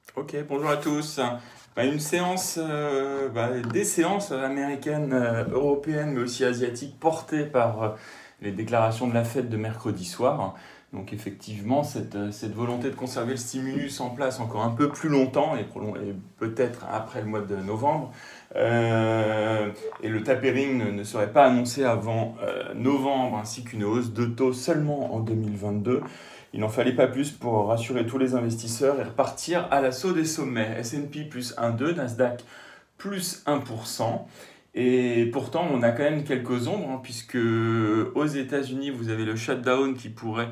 Ok, bonjour à tous. Une séance, des séances américaines, européennes, mais aussi asiatiques, portées par les déclarations de la Fed de mercredi soir. Donc effectivement, cette volonté de conserver le stimulus en place encore un peu plus longtemps et peut-être après le mois de novembre. Et le tapering ne serait pas annoncé avant novembre, ainsi qu'une hausse de taux seulement en 2022. Il n'en fallait pas plus pour rassurer tous les investisseurs et repartir à l'assaut des sommets. S&P plus 1,2, Nasdaq plus 1%. Et pourtant, on a quand même quelques ombres, puisque aux États-Unis, vous avez le shutdown qui pourrait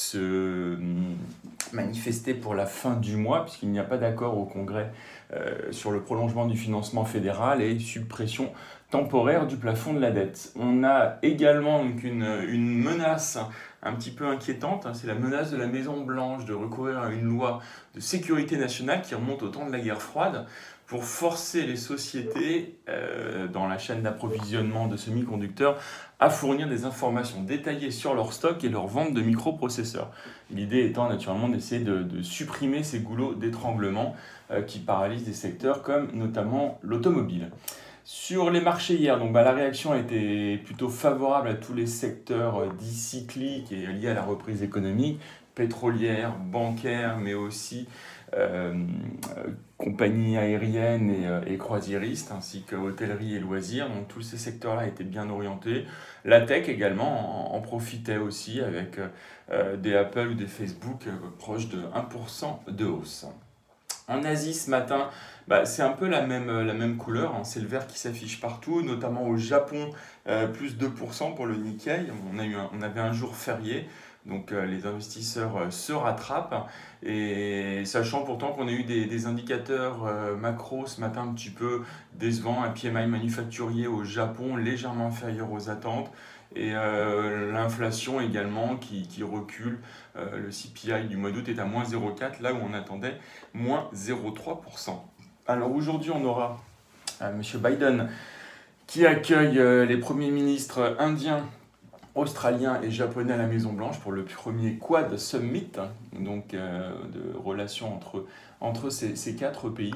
se manifester pour la fin du mois, puisqu'il n'y a pas d'accord au Congrès sur le prolongement du financement fédéral et suppression temporaire du plafond de la dette. On a également donc une menace un petit peu inquiétante, c'est la menace de la Maison-Blanche de recourir à une loi de sécurité nationale qui remonte au temps de la guerre froide pour forcer les sociétés dans la chaîne d'approvisionnement de semi-conducteurs à fournir des informations détaillées sur leur stock et leur vente de microprocesseurs. L'idée étant naturellement d'essayer de supprimer ces goulots d'étranglement qui paralysent des secteurs comme notamment l'automobile. Sur les marchés hier, la réaction a été plutôt favorable à tous les secteurs dits cycliques et liés à la reprise économique, pétrolière, bancaire, mais aussi euh, compagnies aériennes et croisiéristes, ainsi que hôtellerie et loisirs. Donc tous ces secteurs-là étaient bien orientés. La tech également en profitait aussi avec des Apple ou des Facebook proches de 1% de hausse. En Asie ce matin, c'est un peu la même couleur, c'est le vert qui s'affiche partout, notamment au Japon, plus 2% pour le Nikkei. On avait un jour férié, donc les investisseurs se rattrapent. Et sachant pourtant qu'on a eu des indicateurs macro ce matin un petit peu décevants, un PMI manufacturier au Japon légèrement inférieur aux attentes. Et l'inflation également qui recule. Le CPI du mois d'août est à moins 0,4, là où on attendait moins 0,3%. Alors aujourd'hui, on aura M. Biden qui accueille les premiers ministres indiens, australiens et japonais à la Maison-Blanche pour le premier Quad Summit, donc de relations entre ces quatre pays.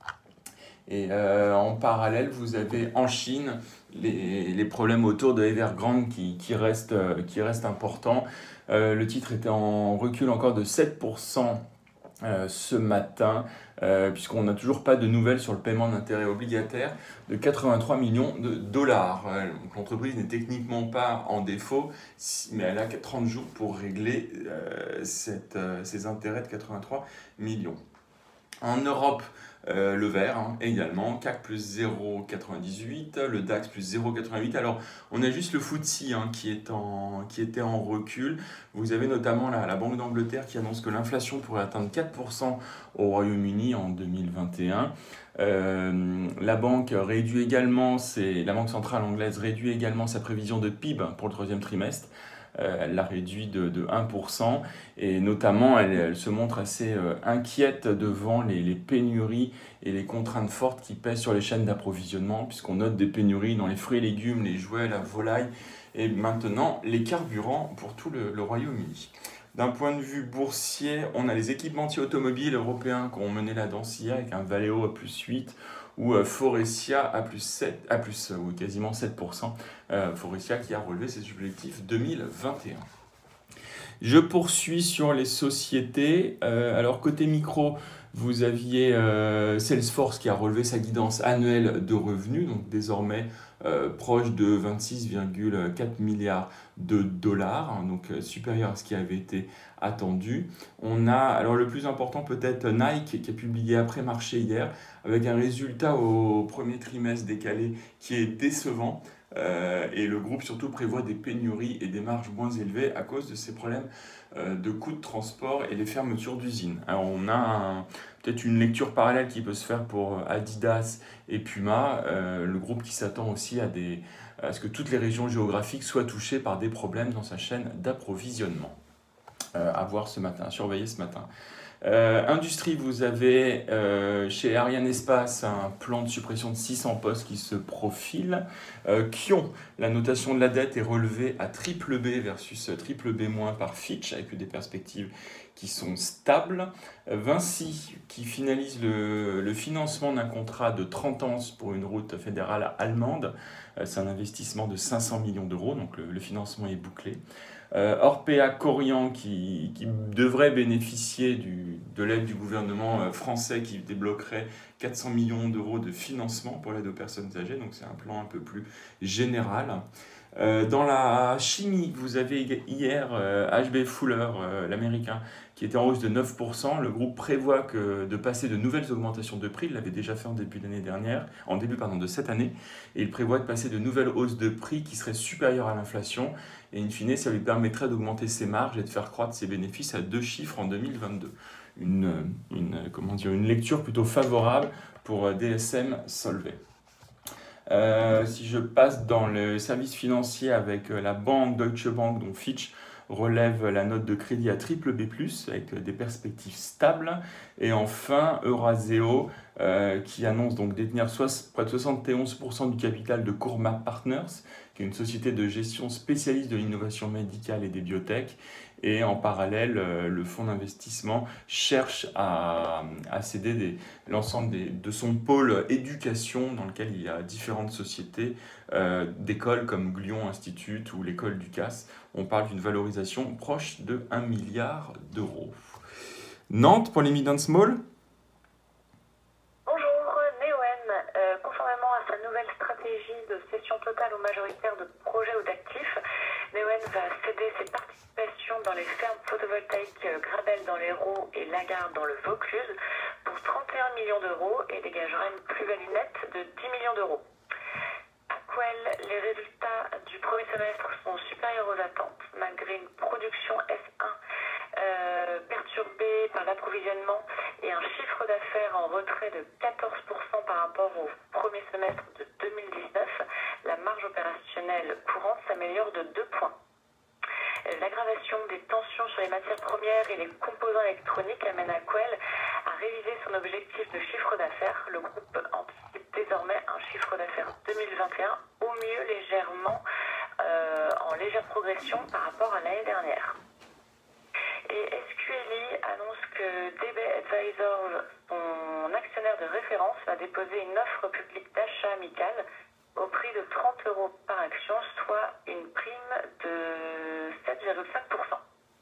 Et en parallèle, vous avez en Chine les problèmes autour de Evergrande qui restent importants. Le titre était en recul encore de 7% ce matin, puisqu'on n'a toujours pas de nouvelles sur le paiement d'intérêts obligataires de 83 millions de dollars. Donc l'entreprise n'est techniquement pas en défaut, mais elle a 30 jours pour régler ces intérêts de 83 millions. En Europe, le vert également, CAC plus 0,98, le DAX plus 0,88. Alors, on a juste le FTSE qui était en recul. Vous avez notamment la Banque d'Angleterre qui annonce que l'inflation pourrait atteindre 4% au Royaume-Uni en 2021. La banque la Banque centrale anglaise réduit également sa prévision de PIB pour le troisième trimestre. Elle l'a réduit de 1%, et notamment elle se montre assez inquiète devant les pénuries et les contraintes fortes qui pèsent sur les chaînes d'approvisionnement, puisqu'on note des pénuries dans les fruits et légumes, les jouets, la volaille et maintenant les carburants pour tout le Royaume-Uni. D'un point de vue boursier, on a les équipementiers automobiles européens qui ont mené la danse hier avec un Valeo à plus 8 ou Faurecia à plus 7, ou quasiment 7%. Faurecia qui a relevé ses objectifs 2021. Je poursuis sur les sociétés. Alors côté micro, vous aviez Salesforce qui a relevé sa guidance annuelle de revenus, donc désormais proche de 26,4 milliards de dollars, donc supérieur à ce qui avait été attendu. On a, alors le plus important peut-être, Nike qui a publié après marché hier, avec un résultat au premier trimestre décalé qui est décevant. Et le groupe surtout prévoit des pénuries et des marges moins élevées à cause de ces problèmes de coûts de transport et les fermetures d'usines. Alors on a peut-être une lecture parallèle qui peut se faire pour Adidas et Puma, le groupe qui s'attend aussi à ce que toutes les régions géographiques soient touchées par des problèmes dans sa chaîne d'approvisionnement. à voir ce matin, à surveiller ce matin. Industrie, vous avez chez Arianespace un plan de suppression de 600 postes qui se profile. Kion, la notation de la dette est relevée à triple B versus triple B- par Fitch, avec des perspectives qui sont stables. Vinci, qui finalise le financement d'un contrat de 30 ans pour une route fédérale allemande. C'est un investissement de 500 millions d'euros, donc le financement est bouclé. Orpea Corian qui devrait bénéficier de l'aide du gouvernement français qui débloquerait 400 millions d'euros de financement pour l'aide aux personnes âgées, donc c'est un plan un peu plus général. Dans la chimie, vous avez hier HB Fuller, l'américain, qui était en hausse de 9%. Le groupe prévoit de passer de nouvelles augmentations de prix. Il l'avait déjà fait en début d'année dernière, en début de cette année. Et il prévoit de passer de nouvelles hausses de prix qui seraient supérieures à l'inflation. Et in fine, ça lui permettrait d'augmenter ses marges et de faire croître ses bénéfices à 2 chiffres en 2022. Une lecture plutôt favorable pour DSM Solvay. Si je passe dans le service financier avec la banque Deutsche Bank, dont Fitch relève la note de crédit à triple B+, avec des perspectives stables. Et enfin, Euraseo, qui annonce donc détenir près de 71% du capital de Kurma Partners, qui est une société de gestion spécialiste de l'innovation médicale et des biotech. Et en parallèle, le fonds d'investissement cherche à céder l'ensemble de son pôle éducation, dans lequel il y a différentes sociétés, d'écoles comme Glion Institute ou l'école du CAS. On parle d'une valorisation proche de 1 milliard d'euros. Nantes pour les mid and small. Bonjour, Neoen. Conformément à sa nouvelle stratégie de cession totale ou majoritaire de projets ou d'actifs, Neoen va céder ses participations dans les fermes photovoltaïques Grabel dans l'Hérault et Lagarde dans le Vaucluse pour 31 millions d'euros et dégagera une plus-value nette de 10 millions d'euros. Aquel, les résultats du premier semestre sont supérieurs aux attentes, malgré une production S1 perturbée par l'approvisionnement et un chiffre d'affaires en retrait de 14% par rapport au premier semestre de 2019. La marge opérationnelle courante s'améliore de 2 points. L'aggravation des tensions sur les matières premières et les composants électroniques amène Aquel à réviser son objectif de chiffre d'affaires. Le groupe anticipe désormais un chiffre d'affaires 2021 au mieux légèrement en légère progression par rapport à l'année dernière. Et SQLI annonce que DB Advisors, son actionnaire de référence, va déposer une offre publique d'achat amical au prix de 30 € par action, soit une prime de 7,5%.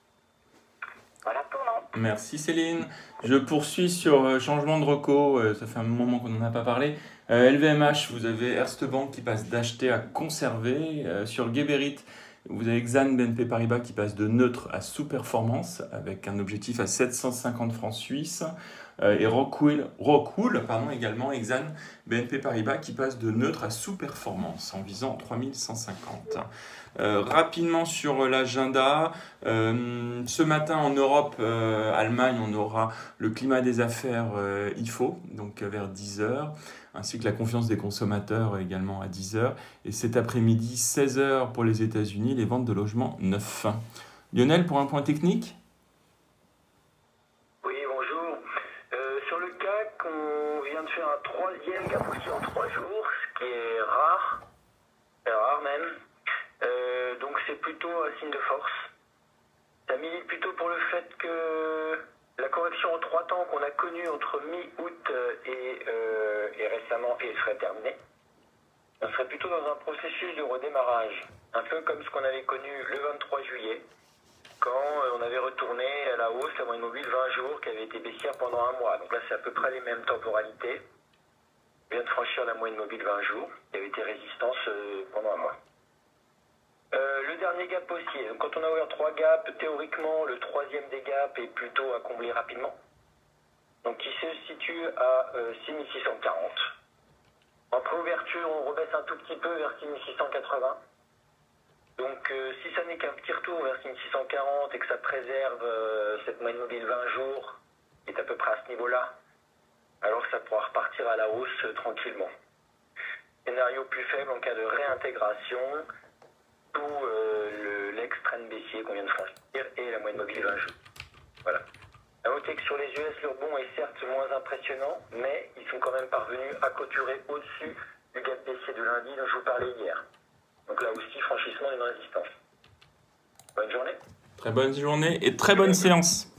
Voilà pour Nantes. Merci Céline. Je poursuis sur changement de reco, ça fait un moment qu'on n'en a pas parlé. LVMH, vous avez Erste Bank qui passe d'acheter à conserver. Sur Geberit, vous avez Exane BNP Paribas qui passe de neutre à sous-performance avec un objectif à 750 francs suisses. Et Rockwool, également Exane BNP Paribas qui passe de neutre à sous-performance en visant 3150. Rapidement sur l'agenda, ce matin en Europe, Allemagne, on aura le climat des affaires IFO, donc vers 10h, ainsi que la confiance des consommateurs également à 10h. Et cet après-midi, 16h pour les États-Unis, les ventes de logements neufs. Lionel, pour un point technique ? Oui, bonjour. Sur le CAC, on vient de faire un troisième gap haussier en 3 jours, ce qui est rare, même. Donc c'est plutôt un signe de force. Ça milite plutôt pour le fait que la correction en 3 temps qu'on a connue entre mi-août et récemment serait terminée. On serait plutôt dans un processus de redémarrage, un peu comme ce qu'on avait connu le 23 juillet, quand on avait retourné à la hausse la moyenne mobile 20 jours qui avait été baissière pendant un mois. Donc là, c'est à peu près les mêmes temporalités. On vient de franchir la moyenne mobile 20 jours, qui avait été résistance pendant un mois. Le dernier gap haussier. Donc quand on a ouvert 3 gaps, théoriquement, le troisième des gaps est plutôt à combler rapidement. Donc il se situe à 6640. En préouverture, on rebaisse un tout petit peu vers 6680. Donc si ça n'est qu'un petit retour vers 6640 et que ça préserve cette moyenne mobile 20 jours, qui est à peu près à ce niveau-là, alors ça pourra repartir à la hausse tranquillement. Scénario plus faible en cas de réintégration, où l'ex-trend baissier qu'on vient de franchir et la moyenne mobile 20 jours. Voilà. À noter que sur les US, le rebond est certes moins impressionnant, mais ils sont quand même parvenus à clôturer au-dessus du gap baissier de lundi dont je vous parlais hier. Donc là aussi, franchissement d'une résistance. Bonne journée. Très bonne journée et très bonne séance.